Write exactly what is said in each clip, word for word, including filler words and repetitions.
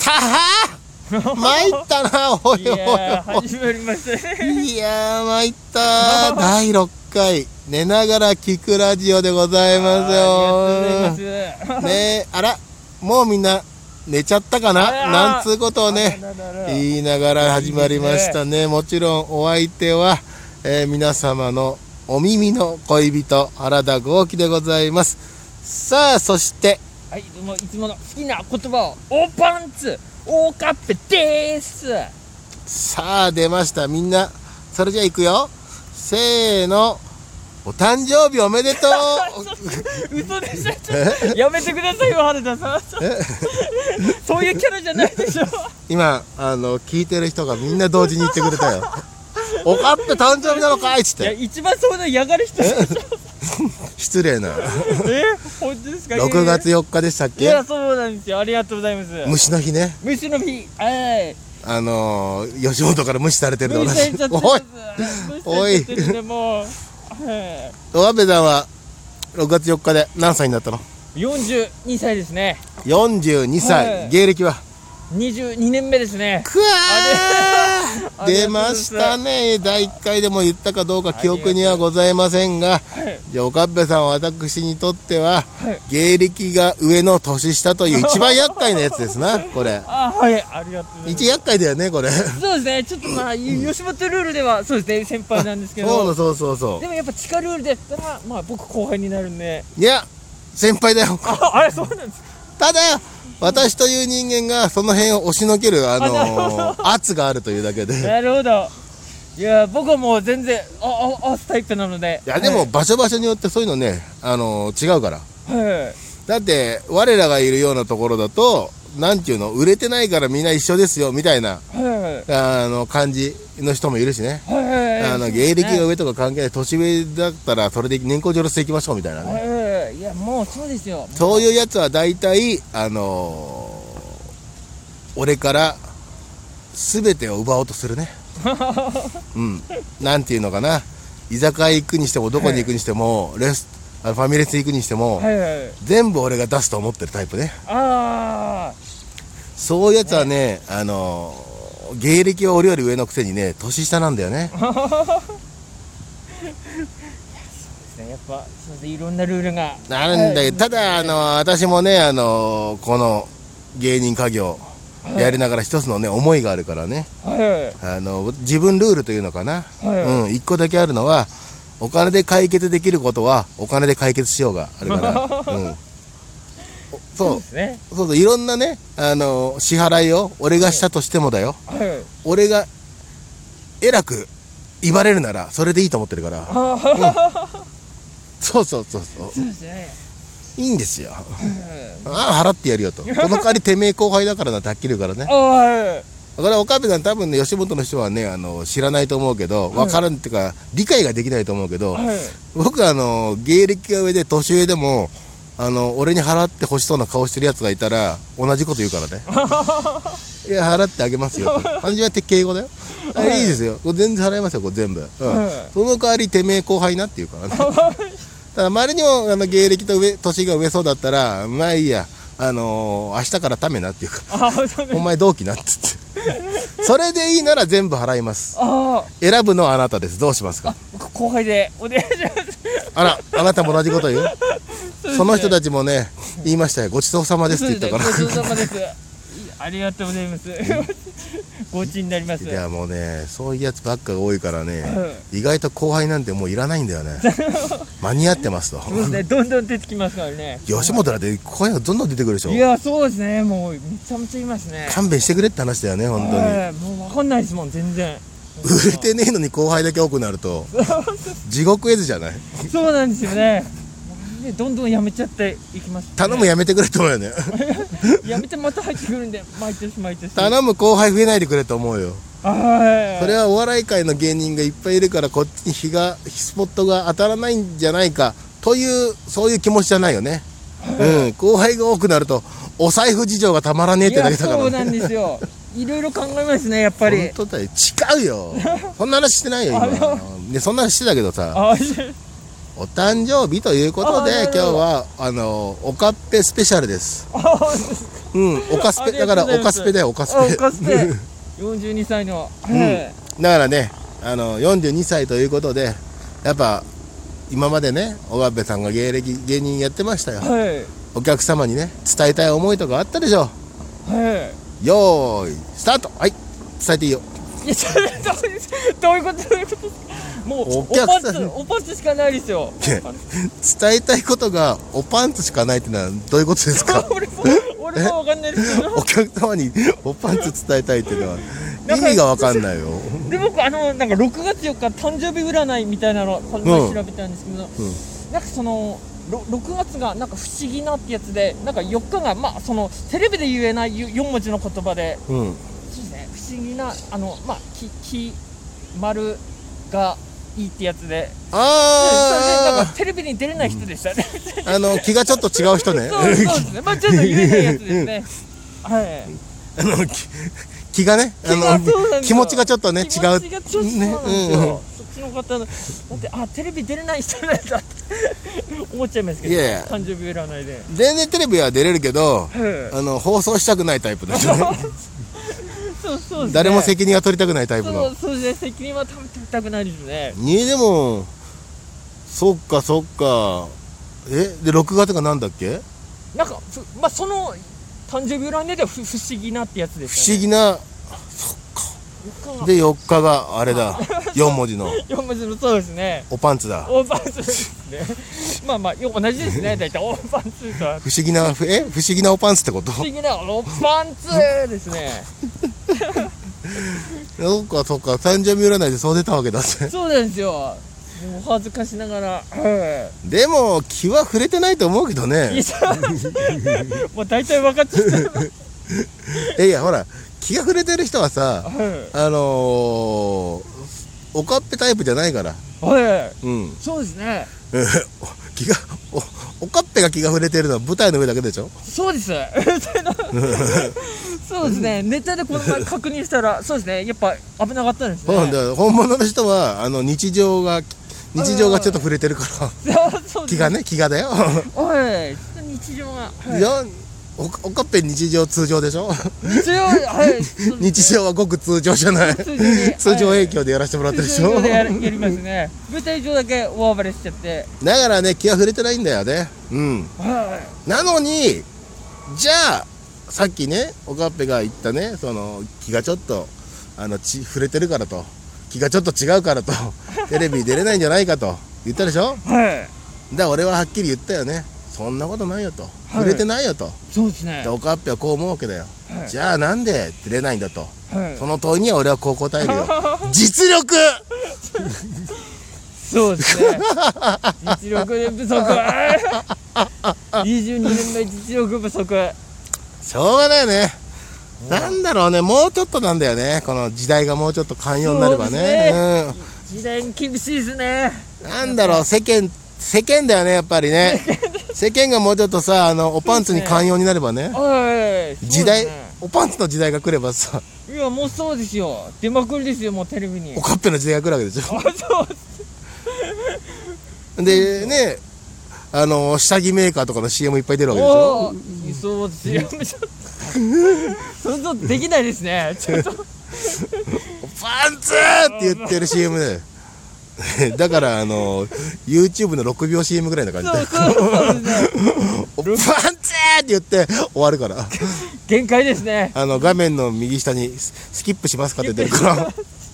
は参ったな、おいおいおい。 いやー始まりましたね。 いやー参っただいろっかい寝ながら聞くラジオでございますよ。 ありがとうございます。 ねえ、あらもうみんな寝ちゃったかなあらなんつうことをねあらららら言いながら始まりましたね。もちろんお相手は、えー皆様のお耳の恋人原田豪輝でございます。さあそしてはい、どうもいつもの好きな言葉をオーパンツオーカッペでーす。 さあ出ました。みんなそれじゃあいくよ。せーの、お誕生日おめでとう嘘でしょ。ちょっとやめてくださいよ原田さん。そういうキャラじゃないでしょ。 今あの聞いてる人がみんな同時に言ってくれたよ。おかっぺ誕生日なのかいっつっいやて。 一番そういうの嫌がる人でしょ。 失礼な。 え本当ですか。 ろくがつよっかでしたっけ。 いやそうなんですよ。ありがとうございます。 虫の日ね。 虫の日、はい。 あのー、吉本から無視されてると同無視されちゃってじ。 ますおい無視されちゃってるんでもう、はいお阿部さんはろくがつよっかで何歳になったの。 よんじゅうにさいですね。 よんじゅうにさい、 はい芸歴はにじゅうにねんめですね。 くわーあれ出ましたね。だいいっかいでも言ったかどうか記憶にはございませんが、 はいじゃあおかっぺさんは私にとってははい芸歴が上の年下という一番厄介なやつですなこれ。 あはいありがとうございます。 一厄介だよねこれ。 そうですね。ちょっとまあ吉本ルールではそうですね先輩なんですけど、 そうそうそうそでもやっぱ地下ルールでやったらまあ僕後輩になるんで。 う。いや先輩だよ。 ああれそうなんですか。 ただ私という人間がその辺を押しのけるああなるのー、圧があるというだけで。いなるほど。いや僕はもう全然ああ合わすタイプなので。 やでも場所場所によってそういうのね、あのー、違うから。 はいだって我らがいるようなところだとなんていうの、売れてないからみんな一緒ですよみたいなはいあの感じの人もいるしね。 はいはいはい。 あの芸歴が上とか関係ない、年上だったらそれで年功序列でいきましょうみたいなね。 はいいやもうそうですよ。 そういうやつは大体あのー俺から全てを奪おうとするね。うんなんていうのかな、居酒屋行くにしてもどこに行くにしても、レスあのファミレス行くにしても、 はいはい。 全部俺が出すと思ってるタイプね。 あそういうやつはね、あのー芸歴は俺より上のくせにね年下なんだよね。 あ。やっぱそうですねいろんなルールが。 なんだけど、ただあのー私もねあのーこの芸人家業やりながら一つのね思いがあるからね、 はいあの自分ルールというのかな、 はいうん、一個だけあるのは、お金で解決できることはお金で解決しようがあるから、うん、そうですね。 そうそう、いろんなね、あの支払いを俺がしたとしてもだよ、 はい。 俺が偉く言われるならそれでいいと思ってるから、 ああ。 そうそうそうそうそうですね。 いいんですよ。ああ払ってやるよと、この代わりてめえ後輩だからなってはっきり言うからね。 あはい。 これは岡部さん多分ね吉本の人はねあの知らないと思うけど、分からんっていうか理解ができないと思うけど、 はい。 僕はあの芸歴が上で年上でもあの俺に払ってほしそうな顔してるやつがいたら同じこと言うからね。いや払ってあげますよと、漢字は敬語だよ、あいいですよ、これ全然払いますよこれ全部、うんはいその代わりてめえ後輩なって言うからね。ただ周りにもあの芸歴と上年が上そうだったらまあいいや、あのー、明日からためなっていうかああそうね。 お前同期なっつってそれでいいなら全部払います。 あ選ぶのはあなたです。どうしますか。 あ僕後輩でお願いします。 あらあなたも同じこと言う。その人たちもね言いましたよ、ごちそうさまですって言ったから。 そうですねごちそうさまです。ありがとうございます。ごちになります。 いやもうねそういうやつばっかが多いからね、 は意外と後輩なんてもういらないんだよね。間に合ってますと。 そうですねどんどん出てきますからね。 吉本だって後輩がどんどん出てくるでしょ。 いやそうですねもうめちゃめちゃいますね。 勘弁してくれって話だよね本当に。 はいもうわかんないですもん全然。 売れてねえのに後輩だけ多くなると地獄絵図じゃない。 そうなんですよね。ねどんどんやめちゃっていきます、ね。 頼むやめてくれって思うよね。 やめてまた入ってくるんで毎年毎年。 頼む後輩増えないでくれと思うよ。 はい。 それはお笑い界の芸人がいっぱいいるからこっちに日がスポットが当たらないんじゃないかというそういう気持ちじゃないよね。うん後輩が多くなるとお財布事情がたまらねえっいてだやけだからね。 そうなんですよ。いろいろ考えますねやっぱり。 本当だよ違うよ。そんな話してないよ今。ねそんな話してたけどさ、 あお誕生日ということであ今日はあのおかっぺスペシャルです。 あうんおかスペだからおかスペだよおかスペおかスペよんじゅうにさいの、 うん、だからねあのよんじゅうにさいということでやっぱ今までね小川部さんが芸歴芸人やってましたよ、はい、お客様にね伝えたい思いとかあったでしょ。はいよーいスタート。はい伝えていいよ。 いやどういうことどういうこともうおパンツおパンツしかないですよ。 伝えたいことがおパンツしかないってのはどういうことですか。 俺も俺もわかんないですけどお客様におパンツ伝えたいっていうのは意味がわかんないよ。 で僕あのなんかろくがつよっか誕生日占いみたいなのこの前調べたんですけど、うんうん、なんかそのろくがつがなんか不思議なってやつでなんかよっかがまあそのテレビで言えないよん文字の言葉で、うん、そうですね不思議なあのまあきき丸がいいってやつで、あそれでなんかテレビに出れない人でしたね。 あの気がちょっと違う人ね。 そうそうですね。まあちょっと言えないやつですね。はい。 あの気がね、あの気持ちがちょっとね違う。気持ちがちょっとそうなんですよ。そっちの方のだってあテレビ出れない人なんだって思っちゃいますけど。いやいや誕生日占いで。全然テレビは出れるけど、あの放送したくないタイプですよね。そうそうですね、誰も責任は取りたくないタイプの。 そうそうですね責任は取りたくないですね。 にでもそっかそっかえでろくがつがなんだっけ。 なんかまあその誕生日占いでは不思議なってやつですよね。不思議なそっかでよっかがあれだよん文字のよん文字のそうですねおパンツだおパンツですね。まあまあ同じですね大体おパンツとは不思議なえ不思議なおパンツってこと。 不思議なおパンツですね。 そっかそっか誕生日占いでそう出たわけだって。 そうなんですよ。もう恥ずかしながら、はい、 でも気は触れてないと思うけどね。 もう大体分かっちゃったいやほら気が触れてる人はさ、はい、あのー、おかっぺタイプじゃないから。 はい、うん、そうですね。 気がお, おかっぺが気が触れてるのは舞台の上だけでしょ。 そうですそうですねネタでこの前確認したらそうですねやっぱ危なかったですね。 本物の人はあの日常が日常がちょっと触れてるから気がね気がだよ。 おい日常が、はい、いやお, おかっぺ日常通常でしょ。 日常はい日常はごく通常じゃない。通常営業でやらせてもらってるでしょ。 通常で や, やりますね。舞台上だけ大暴れしちゃってだからね気は触れてないんだよね。うん、はい、なのにじゃあさっきねおかっぺが言ったねその気がちょっとあのち触れてるからと気がちょっと違うからとテレビに出れないんじゃないかと言ったでしょ。はい。だから俺ははっきり言ったよね。そんなことないよと、はい、触れてないよと。 そうですね。 でおかっぺはこう思うわけだよ、はい、じゃあなんで出れないんだと、はい、その問いには俺はこう答えるよ実力そうですね実力で不足にじゅうにねんめ実力不足しょうがないよね。なんだろうねもうちょっとなんだよねこの時代がもうちょっと寛容になれば ね, ね、 うん、時代厳しいですね。 なんだろう世間世間だよねやっぱりね世間がもうちょっとさあのおパンツに寛容になればね、ね時代、ね、おパンツの時代が来ればさいやもうそうですよ出まくりですよもうテレビにおかっぺの時代が来るわけでしょ。あそうでねあの下着メーカーとかの シーエム いっぱい出るわけでしょ。 そうですよ想像できないですねちょっとパンツって言ってる シーエム でだからあの YouTube のろくびょう シーエム ぐらいな感じでそうそうそうですねパンツって言って終わるから限界ですね。 あの画面の右下にスキップしますかって出るから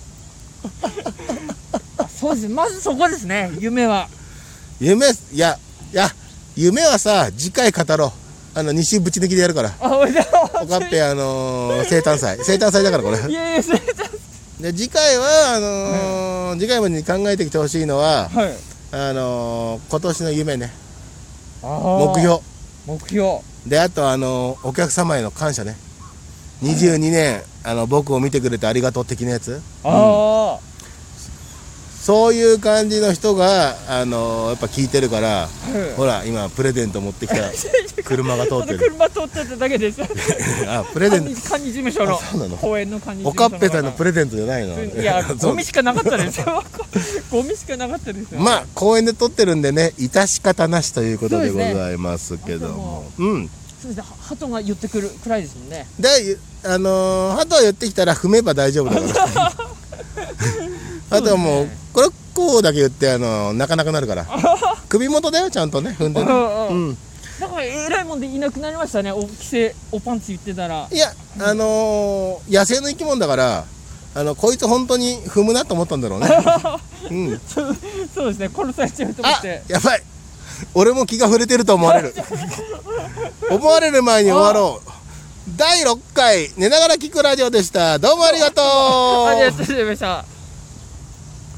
そうですまずそこですね夢は。 夢いやいや夢はさ次回語ろう。あの西ぶち抜きでやるからおかっぺあのー、生誕祭生誕祭だからこれ。いやいや生誕で次回はあのーはい、次回までに考えてきてほしいのは、はい、あのー、今年の夢ね目標目標であとあのー、お客様への感謝ねにじゅうにねん、はい、あの僕を見てくれてありがとう的なやつ。あ、うん、そういう感じの人があのー、やっぱ聞いてるから、はい、ほら今プレゼント持ってきた車が通ってる車通ってただけですあプレゼント管理事務所の公園の管理事務所おかっぺさんのプレゼントじゃないの。 いやゴミしかなかったですよゴミしかなかったですよ。 まあ公園で撮ってるんでね致し方なしということでございますけども、ね、うんそうですね、鳩が寄ってくるくらいですもんね。 であのー、鳩が寄ってきたら踏めば大丈夫だからあとはもうこれこうだけ言ってあのー、泣かなくなるから首元だよちゃんとね踏んでねうんだからえらいもんでいなくなりましたね、お規制おパンツ言ってたら。 いやあのー、野生の生き物だからあのこいつ本当に踏むなと思ったんだろうねうんそうそうですね、殺されちゃうと思っあて。 やばい俺も気が触れてると思われる思われる前に終わろう。だいろっかい寝ながら聞くラジオでした。どうもありがとうありがとうございました。